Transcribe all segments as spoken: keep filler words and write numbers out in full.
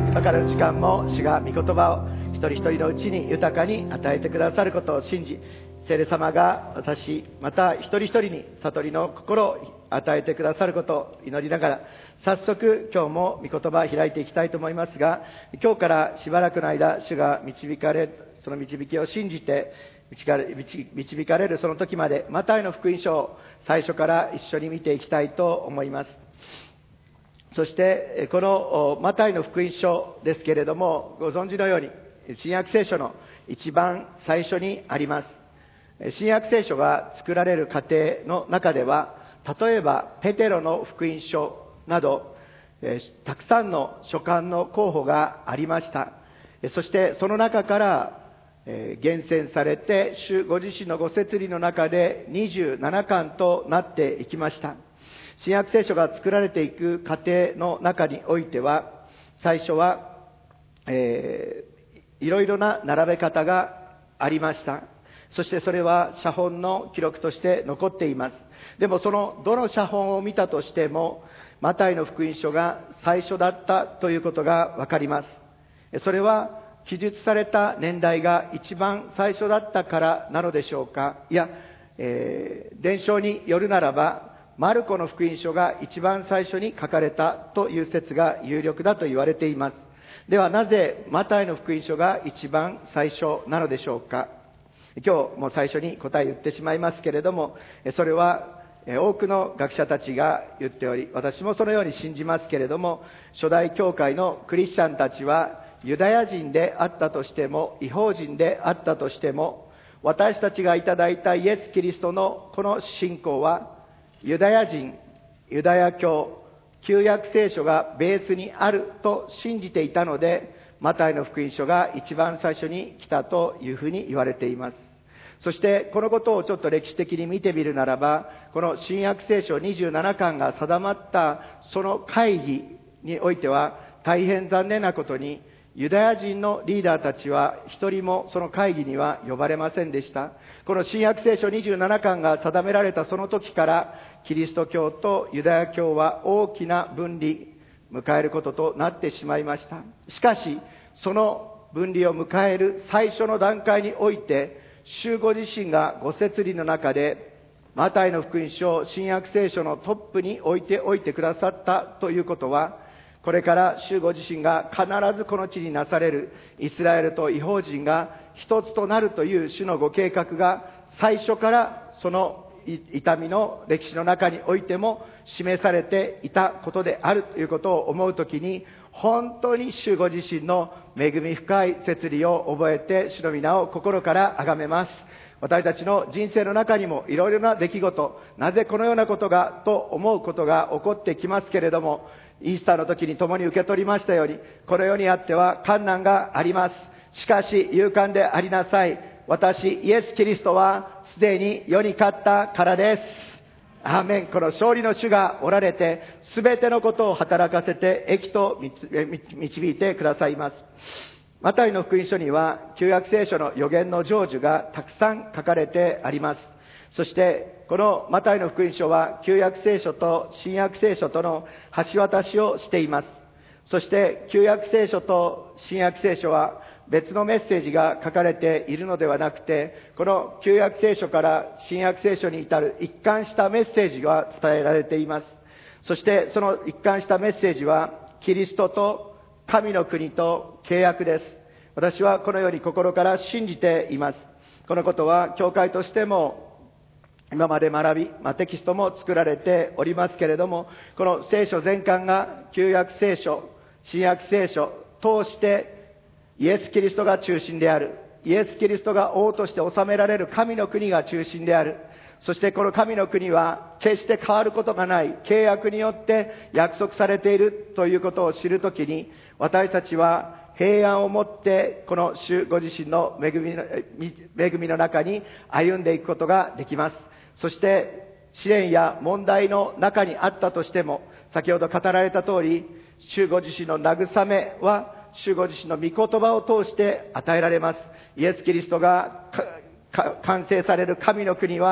今からの時間も主が御言葉を一人一人のうちに豊かに与えてくださることを信じ、聖霊様が私また一人一人に悟りの心を与えてくださることを祈りながら、早速今日も御言葉を開いていきたいと思いますが、今日からしばらくの間主が導かれ、その導きを信じて導かれるその時まで、マタイの福音書を最初から一緒に見ていきたいと思います。そしてこのマタイの福音書ですけれども、ご存知のように新約聖書の一番最初にあります。新約聖書が作られる過程の中では、例えばペテロの福音書などたくさんの書簡の候補がありました。そしてその中から厳選されて、主ご自身のご説理の中でにじゅうななかんとなっていきました。新約聖書が作られていく過程の中においては、最初は、えー、いろいろな並べ方がありました。そしてそれは写本の記録として残っています。でもそのどの写本を見たとしても、マタイの福音書が最初だったということがわかります。それは記述された年代が一番最初だったからなのでしょうか。いや、えー、伝承によるならば、マルコの福音書が一番最初に書かれたという説が有力だと言われています。ではなぜマタイの福音書が一番最初なのでしょうか。今日も最初に答え言ってしまいますけれども、それは多くの学者たちが言っており、私もそのように信じますけれども、初代教会のクリスチャンたちはユダヤ人であったとしても、異邦人であったとしても、私たちがいただいたイエス・キリストのこの信仰は、ユダヤ人、ユダヤ教、旧約聖書がベースにあると信じていたので、マタイの福音書が一番最初に来たというふうに言われています。そしてこのことをちょっと歴史的に見てみるならば、この新約聖書にじゅうななかんが定まったその会議においては、大変残念なことに、ユダヤ人のリーダーたちは一人もその会議には呼ばれませんでした。この新約聖書にじゅうななかんが定められたその時から、キリスト教とユダヤ教は大きな分離迎えることとなってしまいました。しかしその分離を迎える最初の段階において、主ご自身がご説理の中でマタイの福音書を新約聖書のトップに置いておいてくださったということは、これから主ご自身が必ずこの地になされるイスラエルと異邦人が一つとなるという主のご計画が、最初からその痛みの歴史の中においても示されていたことであるということを思うときに、本当に主ご自身の恵み深い摂理を覚えて、主の皆を心から崇めます。私たちの人生の中にもいろいろな出来事、なぜこのようなことがと思うことが起こってきますけれども、イースターの時に共に受け取りましたように、この世にあっては困難があります。しかし勇敢でありなさい。私イエス・キリストはすでに世に勝ったからです。アーメン。この勝利の主がおられて、すべてのことを働かせて益と導いてくださいます。マタイの福音書には旧約聖書の預言の成就がたくさん書かれてあります。そしてこのマタイの福音書は旧約聖書と新約聖書との橋渡しをしています。そして旧約聖書と新約聖書は別のメッセージが書かれているのではなくて、この旧約聖書から新約聖書に至る一貫したメッセージが伝えられています。そしてその一貫したメッセージはキリストと神の国と契約です。私はこのように心から信じています。このことは教会としても今まで学び、まあ、テキストも作られておりますけれども、この聖書全巻が旧約聖書、新約聖書通してイエス・キリストが中心である。イエス・キリストが王として治められる神の国が中心である。そしてこの神の国は決して変わることがない契約によって約束されているということを知るときに、私たちは平安をもってこの主ご自身の恵みの、恵みの中に歩んでいくことができます。そして試練や問題の中にあったとしても、先ほど語られた通り、主ご自身の慰めは主ご自身の御言葉を通して与えられます。イエス・キリストが完成される神の国は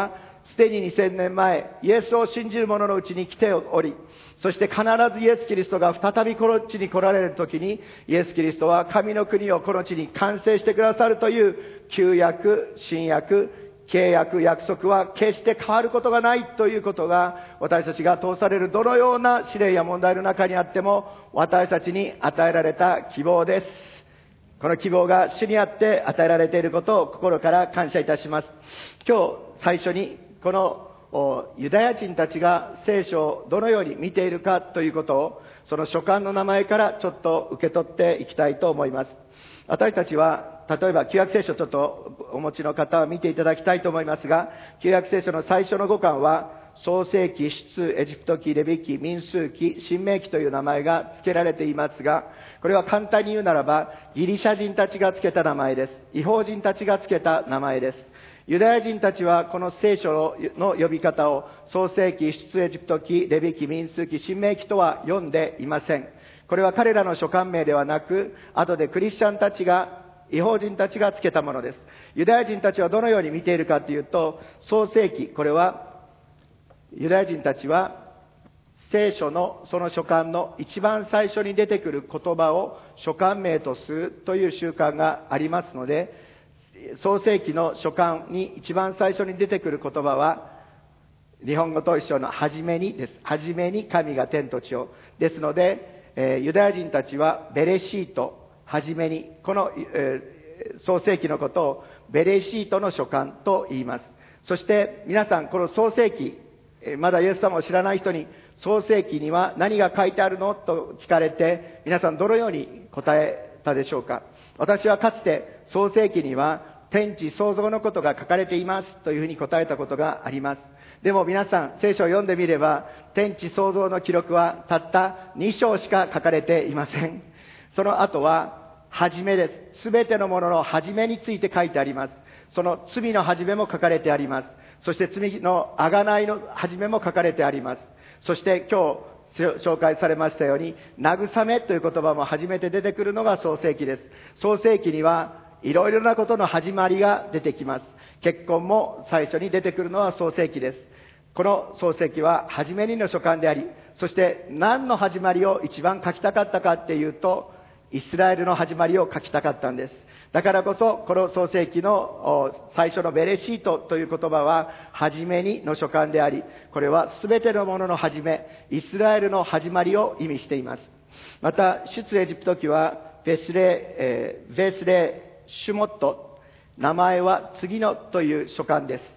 すでににせんねんまえ、イエスを信じる者のうちに来ており、そして必ずイエス・キリストが再びこの地に来られる時に、イエス・キリストは神の国をこの地に完成してくださるという旧約、新約、契約、約束は決して変わることがないということが、私たちが通されるどのような試練や問題の中にあっても、私たちに与えられた希望です。この希望が主にあって与えられていることを心から感謝いたします。今日最初にこのユダヤ人たちが聖書をどのように見ているかということを、その書簡の名前からちょっと受け取っていきたいと思います。私たちは例えば旧約聖書ちょっとお持ちの方は見ていただきたいと思いますが、旧約聖書の最初のごかんは創世記、出エジプト記、レビ記、民数記、申命記という名前が付けられていますが、これは簡単に言うならばギリシャ人たちが付けた名前です。異邦人たちが付けた名前です。ユダヤ人たちはこの聖書の呼び方を創世記、出エジプト記、レビ記、民数記、申命記とは呼んでいません。これは彼らの書簡名ではなく、後でクリスチャンたちが、異邦人たちが付けたものです。ユダヤ人たちはどのように見ているかというと、創世記、これはユダヤ人たちは聖書のその書簡の一番最初に出てくる言葉を書簡名とするという習慣がありますので、創世記の書簡に一番最初に出てくる言葉は日本語と一緒のはじめにです。はじめに神が天と地をですので、えー、ユダヤ人たちはベレシート、はじめに、この、えー、創世記のことをベレシートの書簡と言います。そして皆さんこの創世記、えー、まだイエス様を知らない人に創世記には何が書いてあるのと聞かれて、皆さんどのように答えたでしょうか。私はかつて創世記には天地創造のことが書かれていますというふうに答えたことがあります。でも皆さん聖書を読んでみれば、天地創造の記録はたったに章しか書かれていません。その後は初めです。すべてのものの初めについて書いてあります。その罪の初めも書かれてあります。そして罪の贖いの初めも書かれてあります。そして今日紹介されましたように、慰めという言葉も初めて出てくるのが創世記です。創世記にはいろいろなことの始まりが出てきます。結婚も最初に出てくるのは創世記です。この創世記は初めにの書簡であり、そして何の始まりを一番書きたかったかっていうと、イスラエルの始まりを書きたかったんです。だからこそこの創世記の最初のベレシートという言葉は初めにの書簡であり、これは全てのものの始め、イスラエルの始まりを意味しています。また出エジプト記はベスレ、えー、ベスレシュモット、名前は次のという書簡です。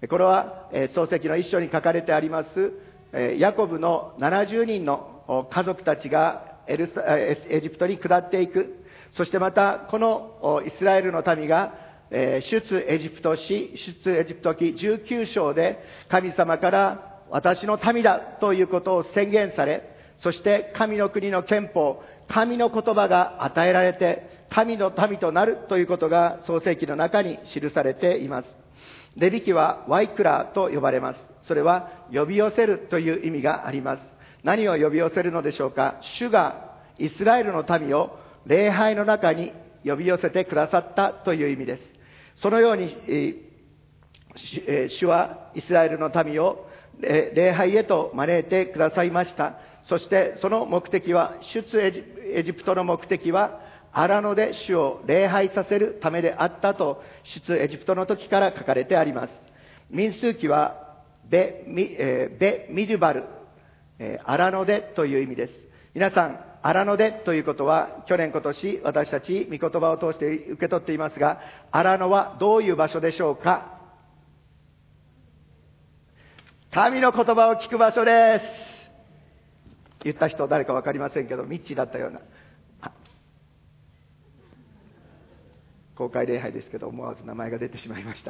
これは、えー、創世記の一章に書かれてあります、えー、ヤコブのななじゅうにんの家族たちがエルサエジプトに下っていく。そしてまたこのイスラエルの民が、えー、出エジプト史、出エジプト記じゅうきゅう章で神様から私の民だということを宣言され、そして神の国の憲法、神の言葉が与えられて神の民となるということが創世記の中に記されています。レビ記はワイクラーと呼ばれます。それは呼び寄せるという意味があります。何を呼び寄せるのでしょうか。主がイスラエルの民を礼拝の中に呼び寄せてくださったという意味です。そのように、えー、主はイスラエルの民を礼拝へと招いてくださいました。そしてその目的は、出エジプトの目的は荒野で主を礼拝させるためであったと出エジプトの時から書かれてあります。民数記はベミ、えー、ベミドゥバル、えー、荒野でという意味です。皆さん、荒野でということは去年今年私たち御言葉を通して受け取っていますが、荒野はどういう場所でしょうか。神の言葉を聞く場所です。言った人誰か分かりませんけど、ミッチーだったような。公開礼拝ですけど思わず名前が出てしまいました。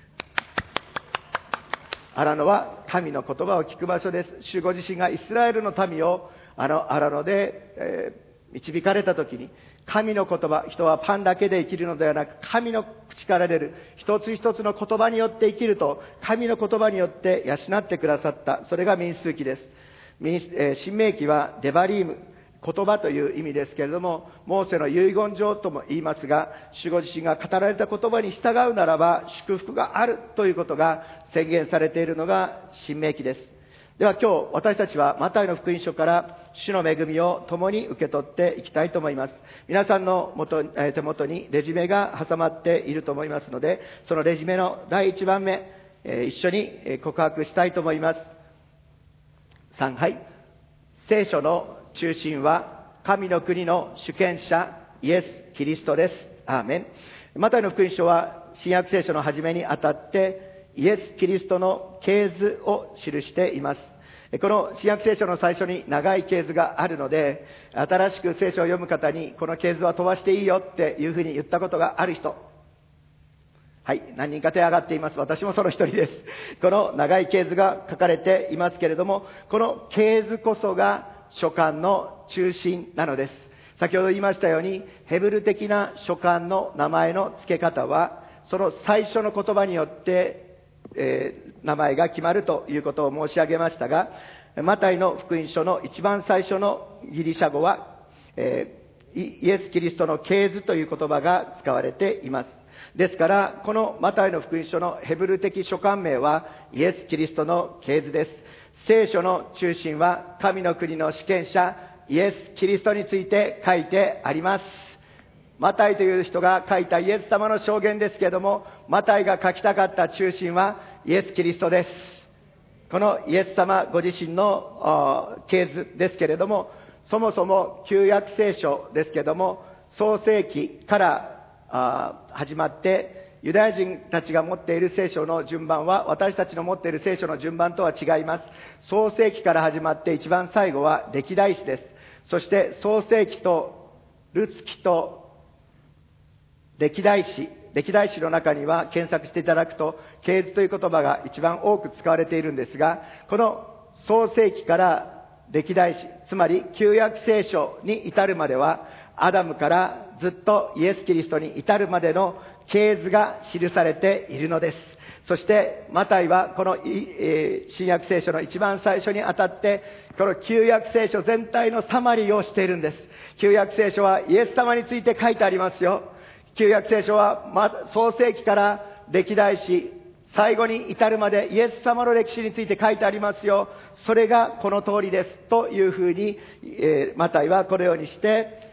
荒野は神の言葉を聞く場所です。主ご自身がイスラエルの民をあの荒野で、えー、導かれた時に、神の言葉、人はパンだけで生きるのではなく、神の口から出る一つ一つの言葉によって生きると、神の言葉によって養ってくださった。それが民数記です。民、えー、申命記はデバリーム、 言葉という意味ですけれども、モーセの遺言状とも言いますが、主ご自身が語られた言葉に従うならば祝福があるということが宣言されているのが新明記です。では今日私たちはマタイの福音書から主の恵みを共に受け取っていきたいと思います。皆さんの元手元にレジュメが挟まっていると思いますので、そのレジュメのだいいちばんめ、一緒に告白したいと思います。さん、はい。聖書の中心は神の国の主権者イエス・キリストです。アーメン。マタイの福音書は新約聖書の初めにあたってイエス・キリストの系図を記しています。この新約聖書の最初に長い系図があるので、新しく聖書を読む方にこの系図は飛ばしていいよっていうふうに言ったことがある人、はい、何人か手挙がっています。私もその一人です。この長い系図が書かれていますけれども、この系図こそが書簡の中心なのです。先ほど言いましたように、ヘブル的な書簡の名前の付け方は、その最初の言葉によって、えー、名前が決まるということを申し上げましたが、マタイの福音書の一番最初のギリシャ語は、えー、イエス・キリストの系図という言葉が使われています。ですから、このマタイの福音書のヘブル的書簡名はイエス・キリストの系図です。聖書の中心は神の国の主権者イエス・キリストについて書いてあります。マタイという人が書いたイエス様の証言ですけれども、マタイが書きたかった中心はイエス・キリストです。このイエス様ご自身の系図ですけれども、そもそも旧約聖書ですけれども、創世記からあ始まって、ユダヤ人たちが持っている聖書の順番は私たちの持っている聖書の順番とは違います。創世記から始まって一番最後は歴代史です。そして創世記とルツ記と歴代史、歴代史の中には検索していただくと系図という言葉が一番多く使われているんですが、この創世記から歴代史、つまり旧約聖書に至るまではアダムからずっとイエス・キリストに至るまでの系図が記されているのです。そしてマタイはこの、えー、新約聖書の一番最初にあたってこの旧約聖書全体のサマリーをしているんです。旧約聖書はイエス様について書いてありますよ。旧約聖書は、ま、創世記から歴代史、最後に至るまでイエス様の歴史について書いてありますよ。それがこの通りですというふうに、えー、マタイはこのようにして、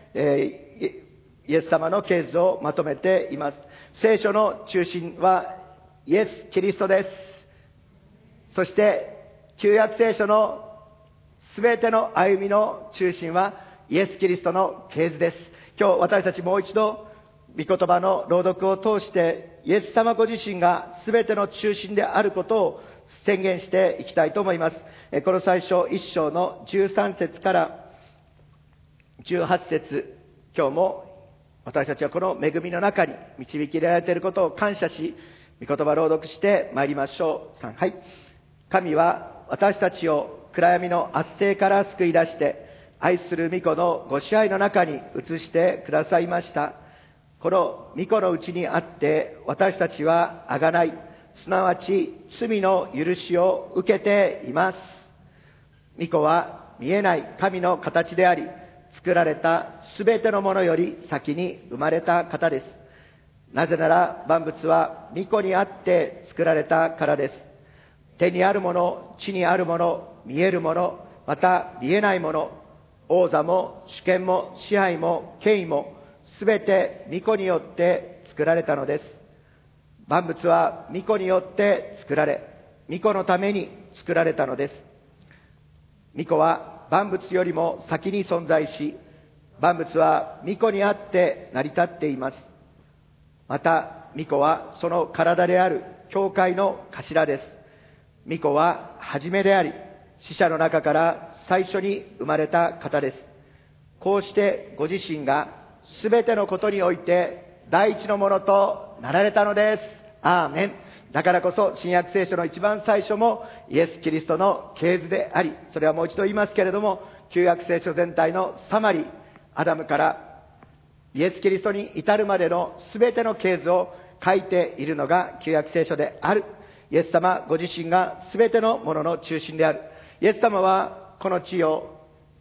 えーイエス様の系図をまとめています。聖書の中心はイエス・キリストです。そして旧約聖書のすべての歩みの中心はイエス・キリストの系図です。今日私たちもう一度御言葉の朗読を通してイエス様ご自身がすべての中心であることを宣言していきたいと思います。この最初一章のじゅうさん節からじゅうはち節、今日も私たちはこの恵みの中に導き入れられていることを感謝し、御言葉朗読してまいりましょう。さん、はい。神は私たちを暗闇の圧政から救い出して、愛する御子のご支配の中に移してくださいました。この御子のうちにあって私たちは贖い、すなわち罪の許しを受けています。御子は見えない神の形であり、作られたすべてのものより先に生まれた方です。なぜなら万物は御子にあって作られたからです。天にあるもの、地にあるもの、見えるもの、また見えないもの、王座も主権も支配も権威もすべて御子によって作られたのです。万物は御子によって作られ、御子のために作られたのです。御子は万物よりも先に存在し、万物は御子にあって成り立っています。また御子はその体である教会の頭です。御子は初めであり、死者の中から最初に生まれた方です。こうしてご自身がすべてのことにおいて第一のものとなられたのです。アーメン。だからこそ新約聖書の一番最初もイエス・キリストの系図であり、それはもう一度言いますけれども、旧約聖書全体のサマリー、アダムからイエス・キリストに至るまでの全ての系図を書いているのが旧約聖書である。イエス様ご自身が全てのものの中心である。イエス様はこの地を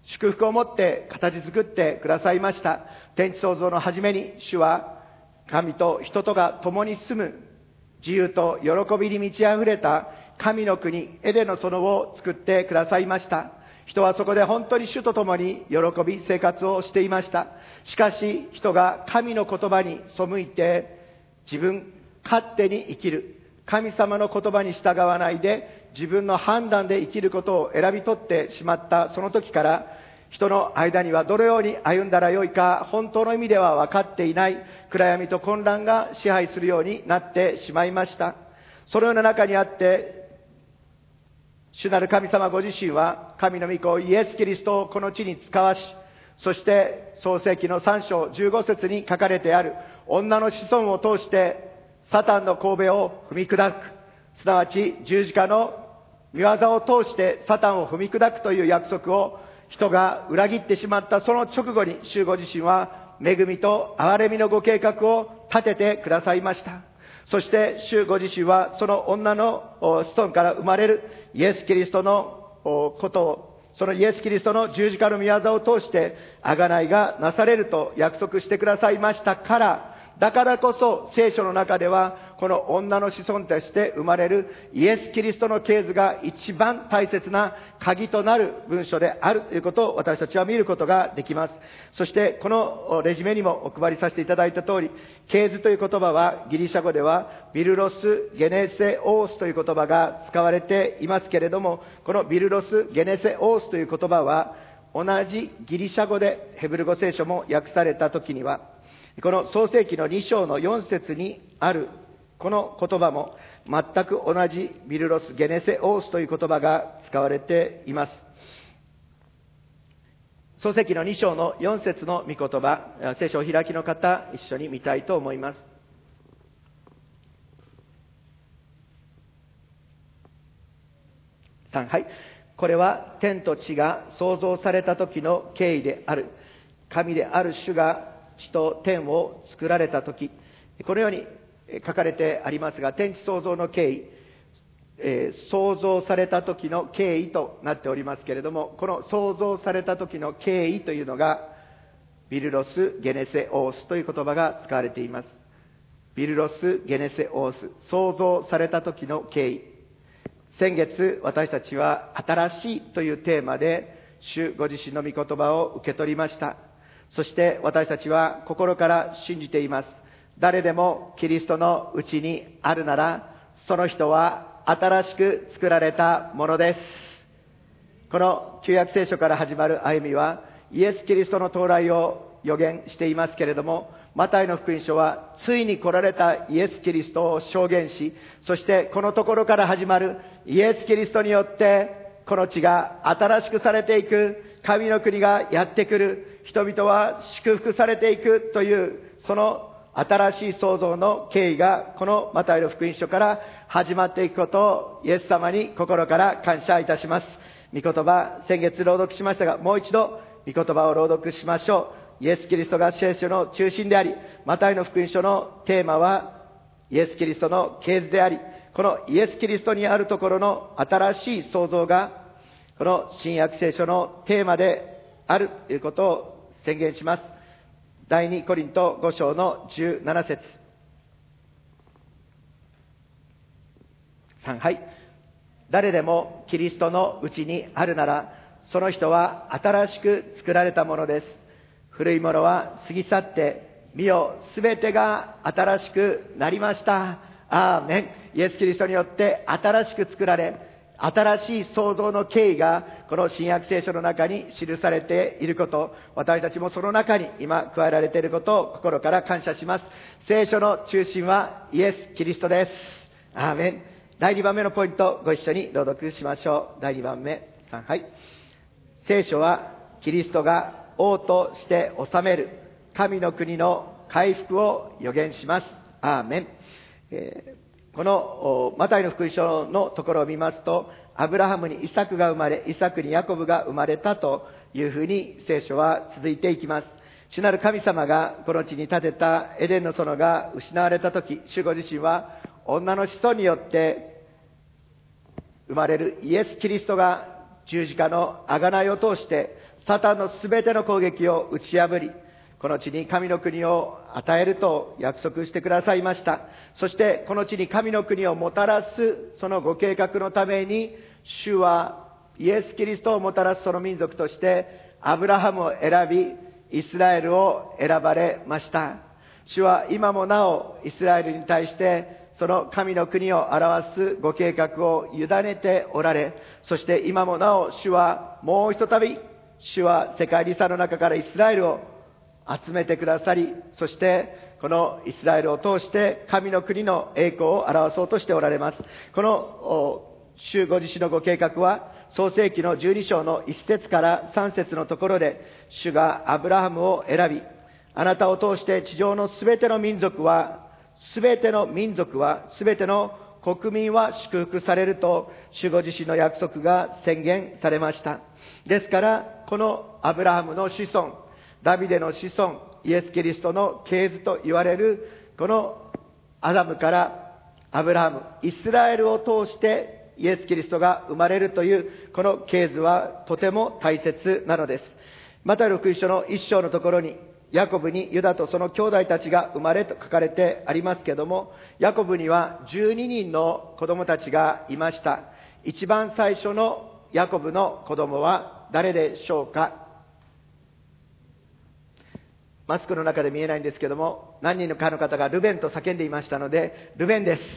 祝福を持って形作ってくださいました。天地創造の初めに主は神と人とが共に住む自由と喜びに満ち溢れた神の国エデンの園を作ってくださいました。人はそこで本当に主と共に喜び生活をしていました。しかし人が神の言葉に背いて自分勝手に生きる、神様の言葉に従わないで自分の判断で生きることを選び取ってしまったその時から、人の間にはどのように歩んだらよいか本当の意味では分かっていない暗闇と混乱が支配するようになってしまいました。そのような中にあって主なる神様ご自身は神の御子イエス・キリストをこの地に使わし、そして創世記のさん章じゅうご節に書かれてある女の子孫を通してサタンの頭を踏み砕く、すなわち十字架の御業を通してサタンを踏み砕くという約束を人が裏切ってしまったその直後に、主ご自身は恵みと憐れみのご計画を立ててくださいました。そして主ご自身はその女の子孫から生まれるイエス・キリストのことを、そのイエス・キリストの十字架の御業を通して贖いがなされると約束してくださいましたから、だからこそ聖書の中ではこの女の子孫として生まれるイエス・キリストの系図が一番大切な鍵となる文書であるということを私たちは見ることができます。そしてこのレジュメにもお配りさせていただいた通り、系図という言葉はギリシャ語ではビルロス・ゲネセオースという言葉が使われていますけれども、このビルロス・ゲネセオースという言葉は同じギリシャ語でヘブル語聖書も訳された時には、この創世記のに章のよん節にあるこの言葉も全く同じビルロス・ゲネセオースという言葉が使われています。創世記のに章のよん節の御言葉、聖書を開きの方一緒に見たいと思います。さん、はい。これは天と地が創造された時の経緯である。神である主が地と天を作られた時、このように書かれてありますが、天地創造の経緯、えー、創造された時の経緯となっておりますけれども、この創造された時の経緯というのがビルロス・ゲネセオースという言葉が使われています。ビルロス・ゲネセオース、創造された時の経緯。先月私たちは新しいというテーマで主ご自身の御言葉を受け取りました。そして私たちは心から信じています。誰でもキリストのうちにあるなら、その人は新しく作られたものです。この旧約聖書から始まる歩みはイエス・キリストの到来を予言していますけれども、マタイの福音書はついに来られたイエス・キリストを証言し、そしてこのところから始まるイエス・キリストによってこの地が新しくされていく、神の国がやってくる、人々は祝福されていくという、その新しい創造の経緯がこのマタイの福音書から始まっていくことをイエス様に心から感謝いたします。御言葉、先月朗読しましたが、もう一度御言葉を朗読しましょう。イエス・キリストが聖書の中心であり、マタイの福音書のテーマはイエス・キリストの系図であり、このイエス・キリストにあるところの新しい創造がこの新約聖書のテーマであるということを宣言します。第二コリントご章のじゅうなな節。さん、はい。誰でもキリストのうちにあるなら、その人は新しく作られたものです。古いものは過ぎ去って、見よ、すべてが新しくなりました。アーメン。イエス・キリストによって新しく作られ、新しい創造の経緯がこの新約聖書の中に記されていること、私たちもその中に今加えられていることを心から感謝します。聖書の中心はイエス・キリストです。アーメン。だいにばんめのポイント、ご一緒に朗読しましょう。だいにばんめ、さん、はい。聖書はキリストが王として治める神の国の回復を予言します。アーメン。えーこのマタイの福音書のところを見ますと、アブラハムにイサクが生まれ、イサクにヤコブが生まれたというふうに聖書は続いていきます。主なる神様がこの地に建てたエデンの園が失われたとき、主ご自身は女の子孫によって生まれるイエス・キリストが十字架の贖いを通してサタンのすべての攻撃を打ち破り、この地に神の国を与えると約束してくださいました。そしてこの地に神の国をもたらすそのご計画のために、主はイエス・キリストをもたらすその民族としてアブラハムを選び、イスラエルを選ばれました。主は今もなおイスラエルに対してその神の国を表すご計画を委ねておられ、そして今もなお主はもうひとたび、主は世界リサの中からイスラエルを集めてくださり、そしてこのイスラエルを通して神の国の栄光を表そうとしておられます。この主ご自身のご計画は創世記のじゅうに章のいち節からさん節のところで、主がアブラハムを選び、あなたを通して地上のすべての民族はすべての民族はすべての国民は祝福されると主ご自身の約束が宣言されました。ですからこのアブラハムの子孫、ダビデの子孫、イエス・キリストの系図と言われるこのアダムからアブラハム、イスラエルを通してイエス・キリストが生まれるというこの系図はとても大切なのです。マタイの福音書の一章のところに、ヤコブにユダとその兄弟たちが生まれと書かれてありますけれども、ヤコブにはじゅうににんの子供たちがいました。一番最初のヤコブの子供は誰でしょうか。マスクの中で見えないんですけども、何人かの方がルベンと叫んでいましたので、ルベンです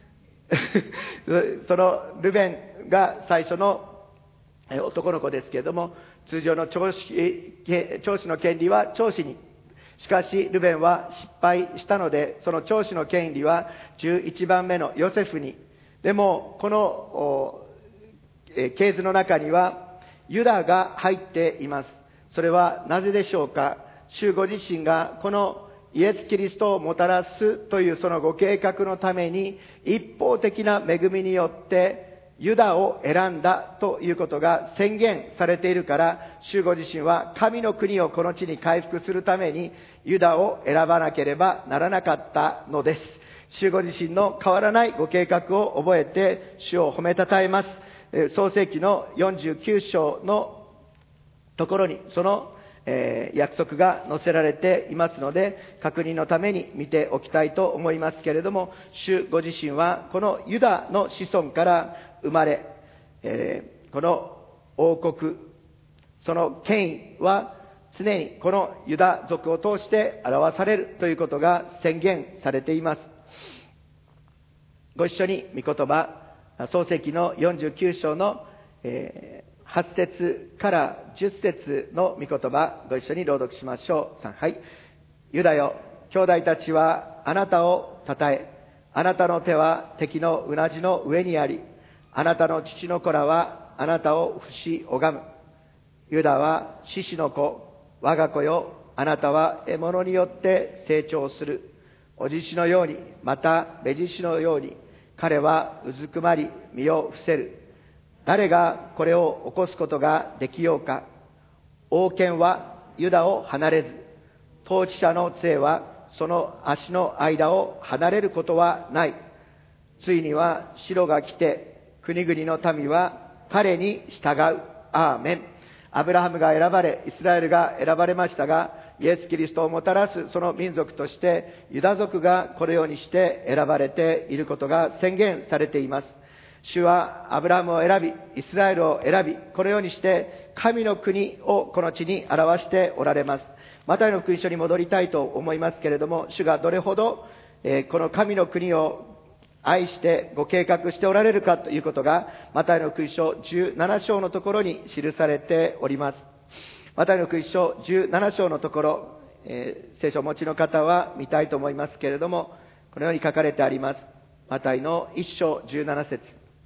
そのルベンが最初の男の子ですけれども、通常の長子、長子の権利は長子に、しかしルベンは失敗したので、その長子の権利はじゅういちばんめのヨセフに。でもこの系図の中にはユダが入っています。それはなぜでしょうか。主ご自身がこのイエス・キリストをもたらすというそのご計画のために、一方的な恵みによってユダを選んだということが宣言されているから、主ご自身は神の国をこの地に回復するためにユダを選ばなければならなかったのです。主ご自身の変わらないご計画を覚えて主を褒めたたえます。創世記のよんじゅうきゅう章のところにそのえー、約束が載せられていますので、確認のために見ておきたいと思いますけれども、主ご自身はこのユダの子孫から生まれ、えー、この王国、その権威は常にこのユダ族を通して表されるということが宣言されています。ご一緒に御言葉、創世記のよんじゅうきゅう章の、えーはち節からじゅっ節の御言葉、ご一緒に朗読しましょう。さん、はい。ユダよ、兄弟たちはあなたをたたえ、あなたの手は敵のうなじの上にあり、あなたの父の子らはあなたを不し拝む。ユダは獅子の子、我が子よ、あなたは獲物によって成長する。お獅子のように、また目獅子のように、彼はうずくまり身を伏せる。誰がこれを起こすことができようか。王権はユダを離れず、統治者の杖はその足の間を離れることはない。ついには白が来て、国々の民は彼に従う。アーメン。アブラハムが選ばれ、イスラエルが選ばれましたが、イエス・キリストをもたらすその民族として、ユダ族がこのようにして選ばれていることが宣言されています。主はアブラハムを選び、イスラエルを選び、このようにして神の国をこの地に表しておられます。マタイの福音書に戻りたいと思いますけれども、主がどれほど、えー、この神の国を愛してご計画しておられるかということが、マタイの福音書じゅうなな章のところに記されております。マタイの福音書じゅうなな章のところ、えー、聖書をお持ちの方は見たいと思いますけれども、このように書かれてあります。マタイのいっ章じゅうなな節。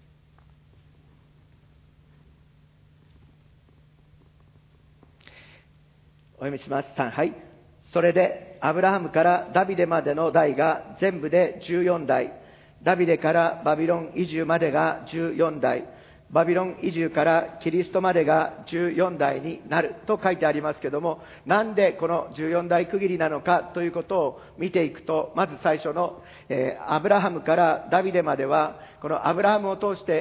お読みします。さん、はい。それでアブラハムからダビデまでの代が全部でじゅうよん代、ダビデからバビロン移住までがじゅうよん代、バビロン移住からキリストまでがじゅうよん代になると書いてありますけども、なんでこのじゅうよん代区切りなのかということを見ていくと、まず最初の、えー、アブラハムからダビデまでは、このアブラハムを通して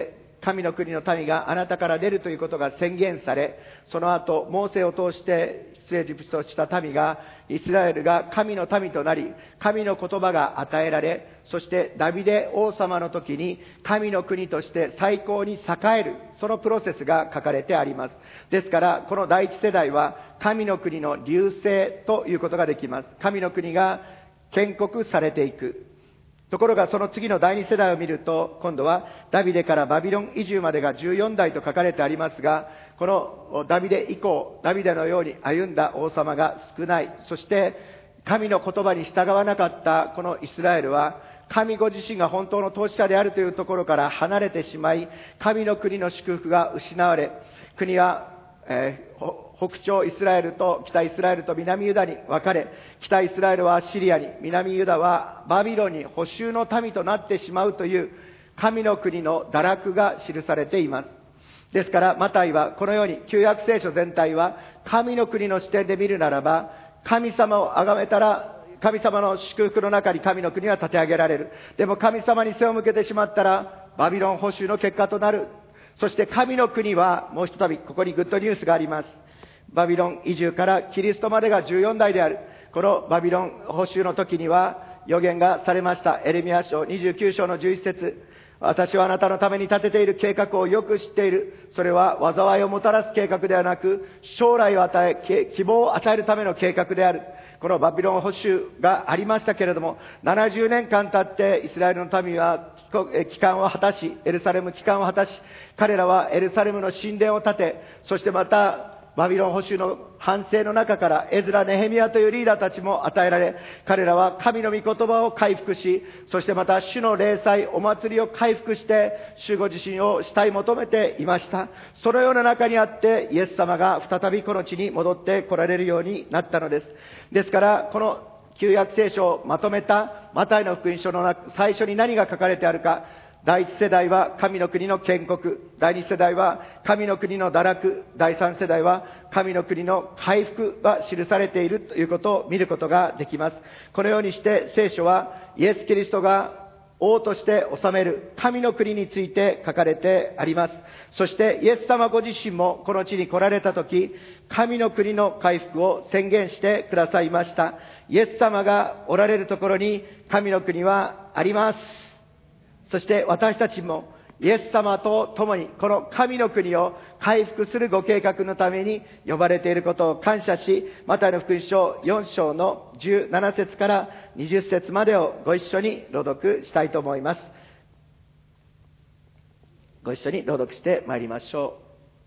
神の国の民があなたから出るということが宣言され、その後モーセを通して出エジプトした民が、イスラエルが神の民となり、神の言葉が与えられ、そしてダビデ王様の時に神の国として最高に栄える、そのプロセスが書かれてあります。ですからこの第一世代は神の国の隆盛ということができます。神の国が建国されていく。ところがその次の第二世代を見ると、今度はダビデからバビロン移住までがじゅうよん代と書かれてありますが、このダビデ以降、ダビデのように歩んだ王様が少ない。そして神の言葉に従わなかったこのイスラエルは、神ご自身が本当の統治者であるというところから離れてしまい、神の国の祝福が失われ、国は、えー北朝イスラエルと北イスラエルと南ユダに分かれ、北イスラエルはシリアに、南ユダはバビロンに捕囚の民となってしまうという神の国の堕落が記されています。ですからマタイはこのように旧約聖書全体は神の国の視点で見るならば、神様を崇めたら神様の祝福の中に神の国は立て上げられる。でも神様に背を向けてしまったらバビロン捕囚の結果となる。そして神の国はもう一度、ここにグッドニュースがあります。バビロン移住からキリストまでがじゅうよん代である。このバビロン捕囚の時には予言がされました。エレミヤ書にじゅうきゅう章のじゅういち節、私はあなたのために立てている計画をよく知っている。それは災いをもたらす計画ではなく、将来を与え、希望を与えるための計画である。このバビロン捕囚がありましたけれども、ななじゅうねんかん経ってイスラエルの民は帰還を果たし、エルサレム帰還を果たし、彼らはエルサレムの神殿を建て、そしてまたバビロン捕囚の反省の中からエズラ・ネヘミヤというリーダーたちも与えられ、彼らは神の御言葉を回復し、そしてまた主の礼祭、お祭りを回復して主ご自身を慕い求めていました。そのような中にあってイエス様が再びこの地に戻って来られるようになったのです。ですからこの旧約聖書をまとめたマタイの福音書の最初に何が書かれてあるか。第一世代は神の国の建国、第二世代は神の国の堕落、第三世代は神の国の回復が記されているということを見ることができます。このようにして聖書はイエス・キリストが王として治める神の国について書かれてあります。そしてイエス様ご自身もこの地に来られたとき、神の国の回復を宣言してくださいました。イエス様がおられるところに神の国はあります。そして私たちもイエス様と共にこの神の国を回復するご計画のために呼ばれていることを感謝し、マタイの福音書よん章のじゅうなな節からにじゅう節までをご一緒に朗読したいと思います。ご一緒に朗読してまいりましょ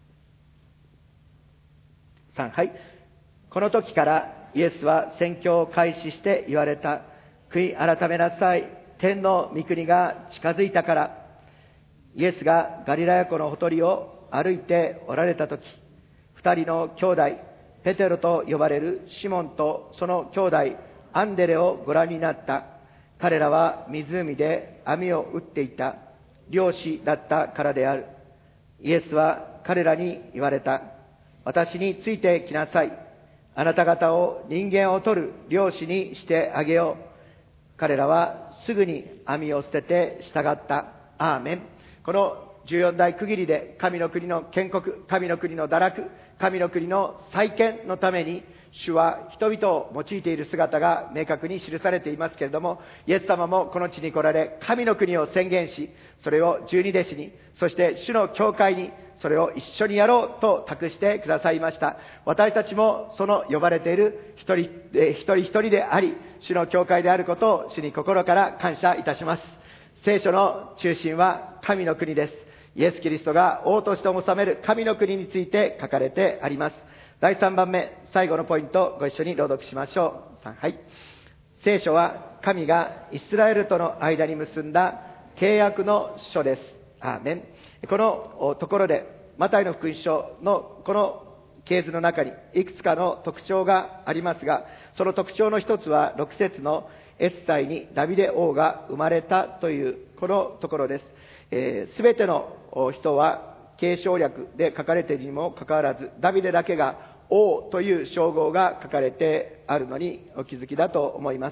う。さん、はい。この時からイエスは宣教を開始して言われた。悔い改めなさい。天の御国が近づいたから。イエスがガリラヤ湖のほとりを歩いておられたとき、二人の兄弟、ペテロと呼ばれるシモンとその兄弟、アンデレをご覧になった。彼らは湖で網を打っていた。漁師だったからである。イエスは彼らに言われた。私についてきなさい。あなた方を人間を取る漁師にしてあげよう。彼らはすぐに網を捨てて従った。アーメン。このじゅうよん代区切りで神の国の建国、神の国の堕落、神の国の再建のために主は人々を用いている姿が明確に記されていますけれども、イエス様もこの地に来られ神の国を宣言し、それを十二弟子に、そして主の教会にそれを一緒にやろうと託してくださいました。私たちもその呼ばれている一人、えー、一人一人であり、主の教会であることを主に心から感謝いたします。聖書の中心は神の国です。イエス・キリストが王として治める神の国について書かれてあります。だいさんばんめ、最後のポイント、ご一緒に朗読しましょう。さん、はい。聖書は神がイスラエルとの間に結んだ契約の書です。アーメン。このところでマタイの福音書のこの系図の中にいくつかの特徴がありますが、その特徴の一つはろく節のエッサイにダビデ王が生まれたというこのところです。えー、全ての人は継承略で書かれているにもかかわらず、ダビデだけが王という称号が書かれてあるのにお気づきだと思います。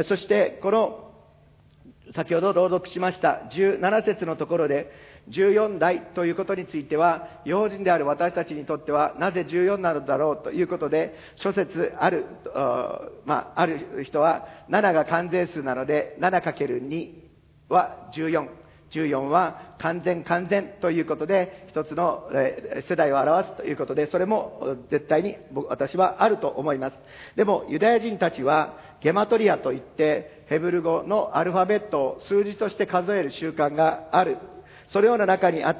そしてこの先ほど朗読しましたじゅうなな節のところで、 じゅうよん代ということについては、異邦人である私たちにとってはなぜじゅうよんなのだろうということで、諸説ある、まあ、ある人はななが完全数なので ななかけるに はじゅうよん、じゅうよんは完全完全ということで一つの世代を表すということで、それも絶対に私はあると思います。でもユダヤ人たちはゲマトリアといってヘブル語のアルファベットを数字として数える習慣がある。そのような中にあって、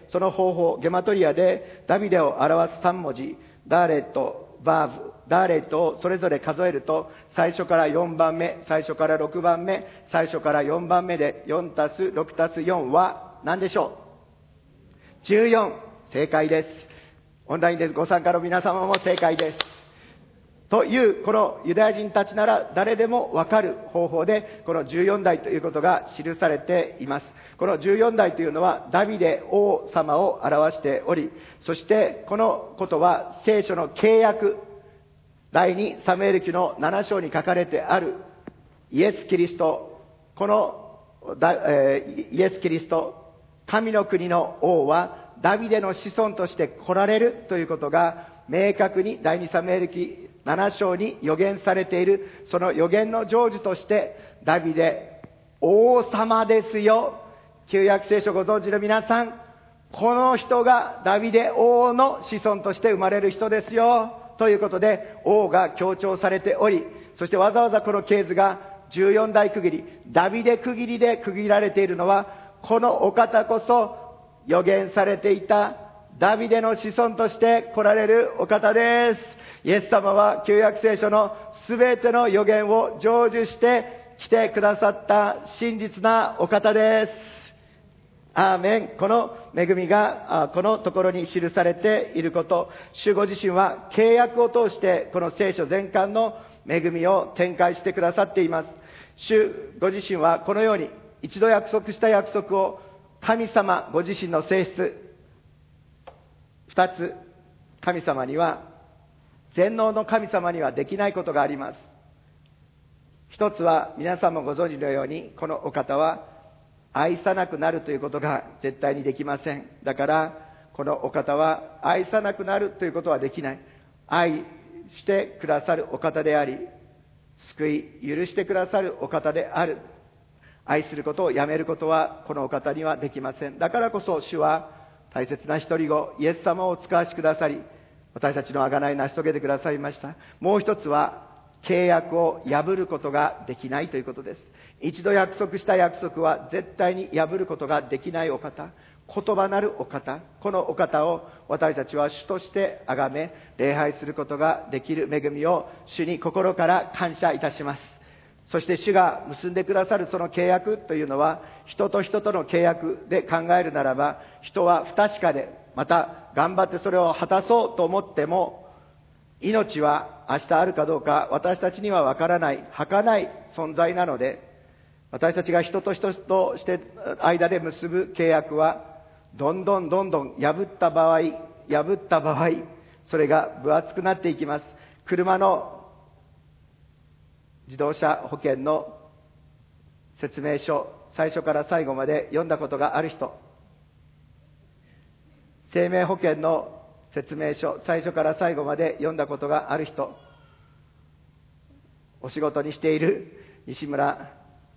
その方法ゲマトリアでダビデを表すさん文字、ダーレット、バーブ、ダーレットをそれぞれ数えると、最初からよんばんめ、最初からろくばんめ、最初からよんばんめでよんたすろくたすよんは何でしょう？じゅうよん。正解です。オンラインでご参加の皆様も正解です。というこのユダヤ人たちなら誰でもわかる方法で、このじゅうよん代ということが記されています。このじゅうよん代というのはダビデ王様を表しており、そしてこのことは聖書の契約、第二サムエル記のなな章に書かれてあるイエス・キリスト、この、えー、イエス・キリスト、神の国の王はダビデの子孫として来られるということが明確に第二サムエル記なな章に予言されている。その予言の成就としてダビデ王様ですよ。旧約聖書ご存知の皆さん、この人がダビデ王の子孫として生まれる人ですよということで王が強調されており、そしてわざわざこの系図がじゅうよん代区切り、ダビデ区切りで区切られているのは、このお方こそ予言されていたダビデの子孫として来られるお方です。イエス様は旧約聖書のすべての予言を成就して来てくださった真実なお方です。アーメン。この恵みがこのところに記されていること、主ご自身は契約を通してこの聖書全巻の恵みを展開してくださっています。主ご自身はこのように一度約束した約束を神様ご自身の性質二つ、神様には全能の神様にはできないことがあります。一つは皆さんもご存知のように、このお方は愛さなくなるということが絶対にできません。だからこのお方は愛さなくなるということはできない。愛してくださるお方であり、救い許してくださるお方である。愛することをやめることはこのお方にはできません。だからこそ主は大切な一人子イエス様をお使わしくださり、私たちの贖い成し遂げてくださいました。もう一つは契約を破ることができないということです。一度約束した約束は絶対に破ることができないお方、言葉なるお方、このお方を私たちは主として崇め礼拝することができる恵みを主に心から感謝いたします。そして主が結んでくださるその契約というのは、人と人との契約で考えるならば、人は不確かで、また頑張ってそれを果たそうと思っても、命は明日あるかどうか私たちにはわからない、儚い存在なので、私たちが人と人として間で結ぶ契約は、どんどんどんどん破った場合、破った場合、それが分厚くなっていきます。車の自動車保険の説明書、最初から最後まで読んだことがある人、生命保険の説明書、最初から最後まで読んだことがある人、お仕事にしている西村、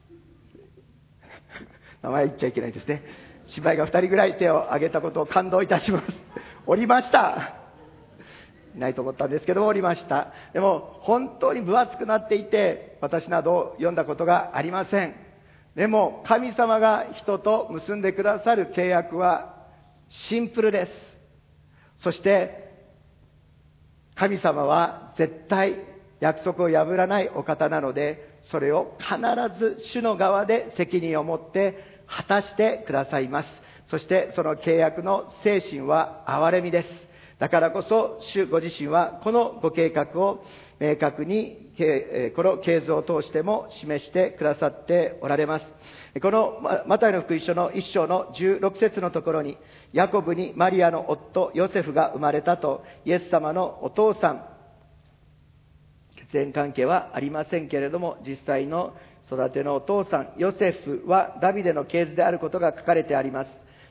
名前言っちゃいけないですね。姉妹が二人ぐらい手を挙げたことを感動いたします。おりました。いないと思ったんですけども、おりました。でも本当に分厚くなっていて、私など読んだことがありません。でも神様が人と結んでくださる契約はシンプルです。そして神様は絶対約束を破らないお方なので、それを必ず主の側で責任を持って果たしてくださいます。そしてその契約の精神は憐れみです。だからこそ主ご自身はこのご計画を明確にこの系図を通しても示してくださっておられます。このマタイの福音書の一章のじゅうろく節のところに、ヤコブにマリアの夫ヨセフが生まれたと、イエス様のお父さん、血縁関係はありませんけれども、実際の育てのお父さんヨセフはダビデの系図であることが書かれてあります。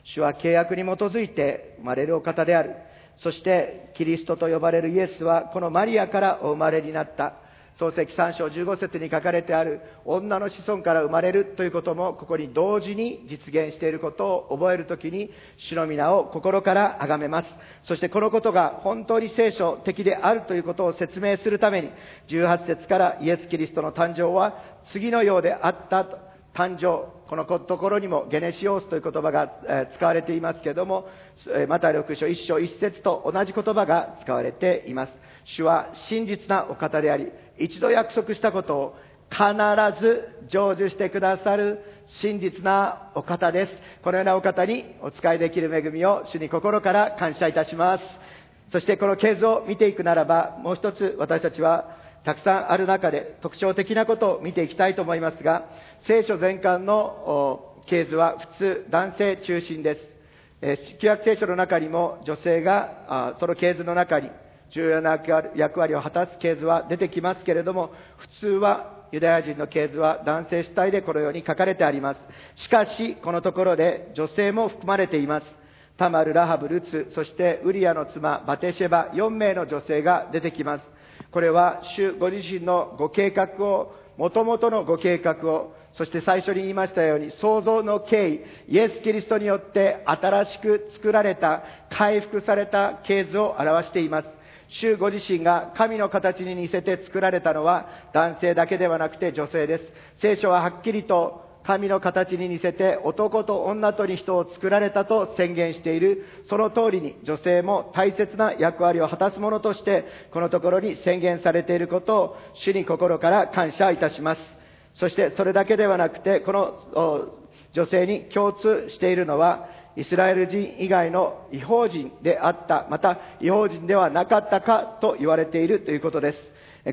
主は契約に基づいて生まれるお方である。そしてキリストと呼ばれるイエスはこのマリアからお生まれになった。創世記さん章じゅうご節に書かれてある女の子孫から生まれるということもここに同時に実現していることを覚えるときに、主の皆を心から崇めます。そしてこのことが本当に聖書的であるということを説明するために、じゅうはち節からイエス・キリストの誕生は次のようであったと。誕生、このところにもゲネシオースという言葉が使われていますけれども、マタイろく章いち章いち節と同じ言葉が使われています。主は真実なお方であり、一度約束したことを必ず成就してくださる真実なお方です。このようなお方にお仕えできる恵みを主に心から感謝いたします。そしてこの系図を見ていくならば、もう一つ私たちはたくさんある中で特徴的なことを見ていきたいと思いますが、聖書全巻の系図は普通男性中心です。えー、旧約聖書の中にも女性がその系図の中に重要な役割を果たす系図は出てきますけれども、普通はユダヤ人の系図は男性主体でこのように書かれてあります。しかしこのところで女性も含まれています。タマル、ラハブ、ルツ、そしてウリアの妻バテシェバ、よん名の女性が出てきます。これは主ご自身のご計画を、元々のご計画を、そして最初に言いましたように創造の経緯、イエス・キリストによって新しく作られた、回復された系図を表しています。主ご自身が神の形に似せて作られたのは男性だけではなくて女性です。聖書ははっきりと神の形に似せて男と女とに人を作られたと宣言している。その通りに女性も大切な役割を果たすものとしてこのところに宣言されていることを主に心から感謝いたします。そしてそれだけではなくて、この女性に共通しているのはイスラエル人以外の異邦人であった、また異邦人ではなかったかと言われているということです。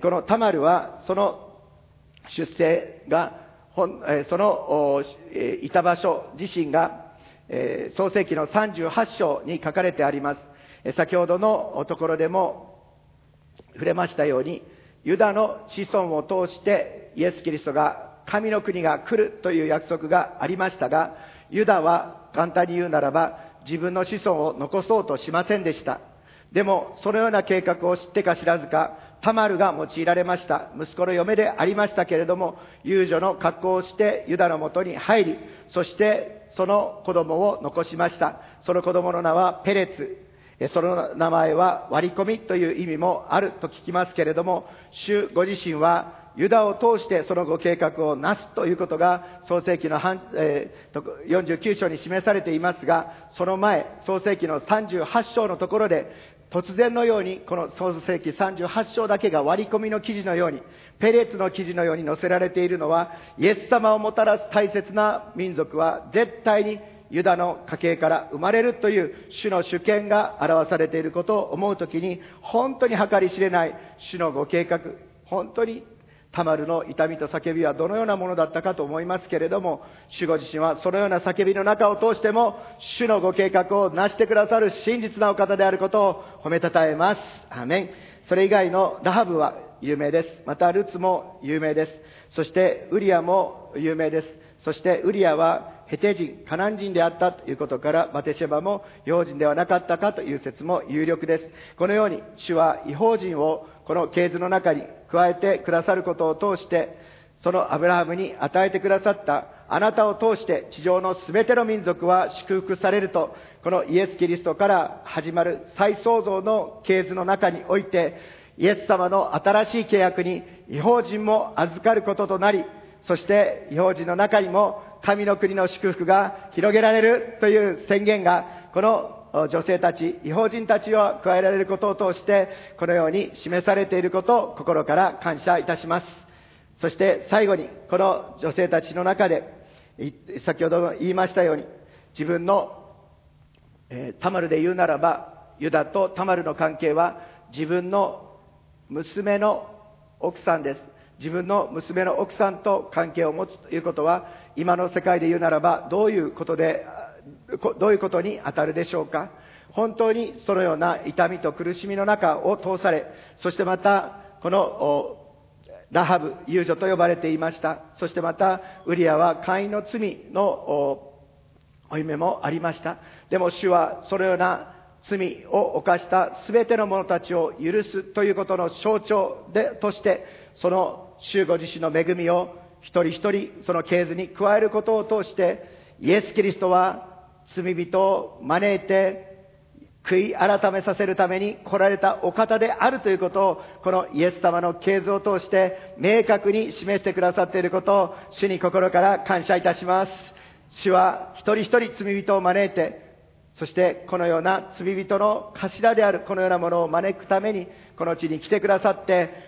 このタマルはその出生がそのいた場所自身が創世記のさんじゅうはち章に書かれてあります。先ほどのところでも触れましたように、ユダの子孫を通してイエス・キリストが神の国が来るという約束がありましたが、ユダは簡単に言うならば自分の子孫を残そうとしませんでした。でもそのような計画を知ってか知らずか、タマルが用いられました。息子の嫁でありましたけれども、遊女の格好をしてユダのもとに入り、そしてその子供を残しました。その子供の名はペレツ。その名前は割り込みという意味もあると聞きますけれども、主ご自身はユダを通してそのご計画をなすということが創世記のよんじゅうきゅう章に示されていますが、その前創世記のさんじゅうはち章のところで突然のようにこの創世記さんじゅうはち章だけが割り込みの記事のように、ペレツの記事のように載せられているのは、イエス様をもたらす大切な民族は絶対にユダの家系から生まれるという主の主権が表されていることを思うときに、本当に計り知れない主のご計画、本当にタマルの痛みと叫びはどのようなものだったかと思いますけれども、主ご自身はそのような叫びの中を通しても主のご計画を成してくださる真実なお方であることを褒めたたえます。アーメン。それ以外のラハブは有名です。またルツも有名です。そしてウリアも有名です。そしてウリアはヘテ人、カナン人であったということから、バテシェバも異邦人ではなかったかという説も有力です。このように主は異邦人をこの系図の中に加えてくださることを通して、そのアブラハムに与えてくださったあなたを通して地上のすべての民族は祝福されると、このイエス・キリストから始まる再創造の系図の中において、イエス様の新しい契約に異邦人も預かることとなり、そして異邦人の中にも神の国の祝福が広げられるという宣言が、この女性たち、異邦人たちを加えられることを通してこのように示されていることを心から感謝いたします。そして最後に、この女性たちの中で先ほど言いましたように、自分の、えー、タマルで言うならば、ユダとタマルの関係は自分の娘の奥さんです。自分の娘の奥さんと関係を持つということは、今の世界で言うならばどういうことでどういうことに当たるでしょうか。本当にそのような痛みと苦しみの中を通され、そしてまたこのラハブ、遊女と呼ばれていました。そしてまたウリアは姦淫の罪の負い目もありました。でも主はそのような罪を犯したすべての者たちを許すということの象徴でとして、その主ご自身の恵みを一人一人その系図に加えることを通して、イエス・キリストは罪人を招いて悔い改めさせるために来られたお方であるということを、このイエス様の系図を通して明確に示してくださっていることを主に心から感謝いたします。主は一人一人罪人を招いて、そしてこのような罪人の頭であるこのようなものを招くためにこの地に来てくださって、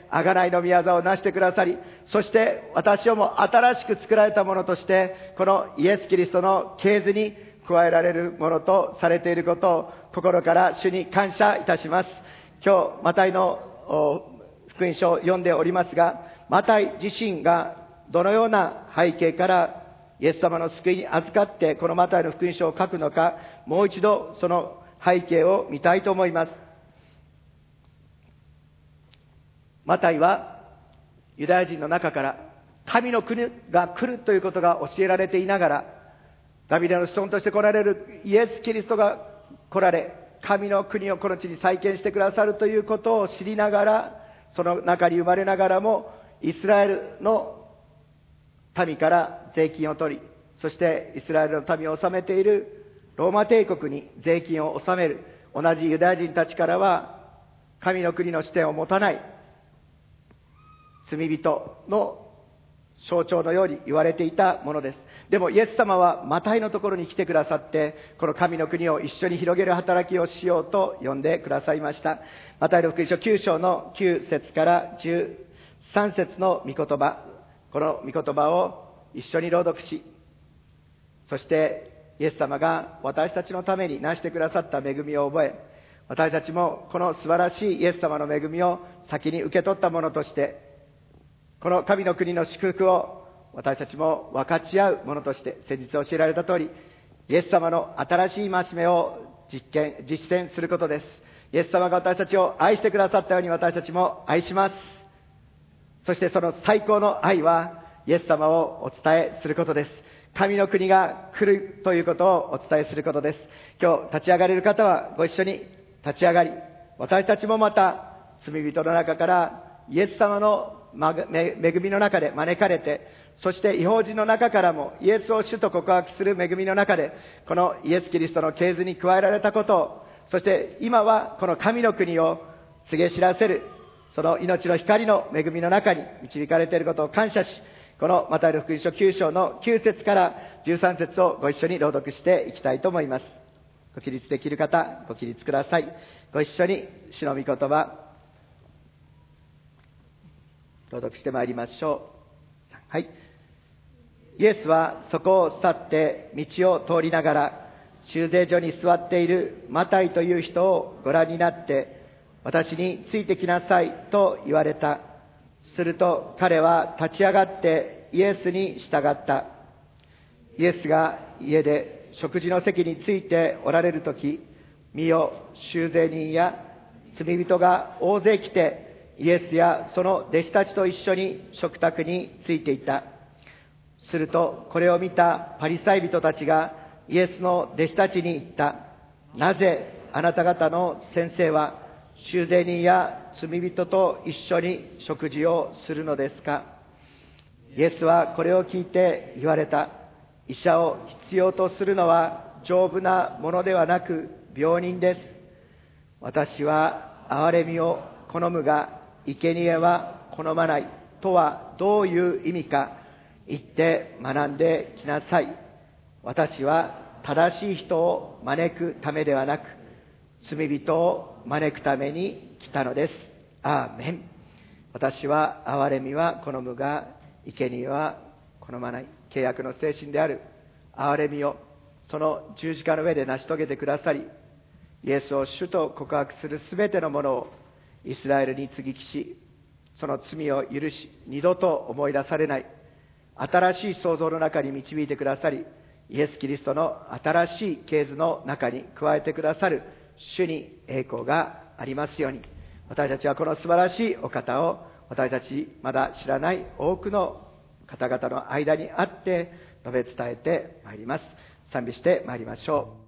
贖いの御業をなしてくださり、そして私をも新しく作られたものとしてこのイエス・キリストの系図に加えられるものとされていることを心から主に感謝いたします。今日マタイの福音書を読んでおりますが、マタイ自身がどのような背景からイエス様の救いに預かってこのマタイの福音書を書くのか、もう一度その背景を見たいと思います。マタイはユダヤ人の中から神の国が来るということが教えられていながら、ダビデの子孫として来られるイエス・キリストが来られ、神の国をこの地に再建してくださるということを知りながら、その中に生まれながらもイスラエルの民から税金を取り、そしてイスラエルの民を治めているローマ帝国に税金を納める同じユダヤ人たちからは神の国の視点を持たない罪人の象徴のように言われていたものです。でもイエス様はマタイのところに来てくださって、この神の国を一緒に広げる働きをしようと呼んでくださいました。マタイの福音書きゅう章のきゅう節からじゅうさん節の御言葉、この御言葉を一緒に朗読し、そしてイエス様が私たちのためになしてくださった恵みを覚え、私たちもこの素晴らしいイエス様の恵みを先に受け取ったものとして、この神の国の祝福を私たちも分かち合うものとして、先日教えられた通り、イエス様の新しい戒めを実験、実践することです。イエス様が私たちを愛してくださったように私たちも愛します。そしてその最高の愛はイエス様をお伝えすることです。神の国が来るということをお伝えすることです。今日立ち上がれる方はご一緒に立ち上がり、私たちもまた罪人の中からイエス様の恵みの中で招かれて、そして異邦人の中からもイエスを主と告白する恵みの中で、このイエス・キリストの系図に加えられたことを、そして今はこの神の国を告げ知らせる、その命の光の恵みの中に導かれていることを感謝し、このマタイの福音書きゅう章のきゅう節からじゅうさん節をご一緒に朗読していきたいと思います。ご起立できる方、ご起立ください。ご一緒に主の御言葉朗読してまいりましょう。はい。イエスはそこを去って道を通りながら、修税所に座っているマタイという人をご覧になって、私についてきなさいと言われた。すると彼は立ち上がってイエスに従った。イエスが家で食事の席についておられるとき、見よ、修税人や罪人が大勢来て、イエスやその弟子たちと一緒に食卓についていた。するとこれを見たパリサイ人たちがイエスの弟子たちに言った。なぜあなた方の先生は修税人や罪人と一緒に食事をするのですか。イエスはこれを聞いて言われた。医者を必要とするのは丈夫なものではなく病人です。私は憐れみを好むが生贄は好まないとはどういう意味か言って学んできなさい。私は正しい人を招くためではなく罪人を招くために来たのです。アーメン。私は憐れみは好むが生贄は好まない。契約の精神である憐れみをその十字架の上で成し遂げてくださり、イエスを主と告白するすべてのものをイスラエルに接ぎ木し、その罪を許し二度と思い出されない新しい創造の中に導いてくださり、イエス・キリストの新しい系図の中に加えてくださる主に栄光がありますように。私たちはこの素晴らしいお方を私たちまだ知らない多くの方々の間にあって述べ伝えてまいります。 賛美してまいりましょう。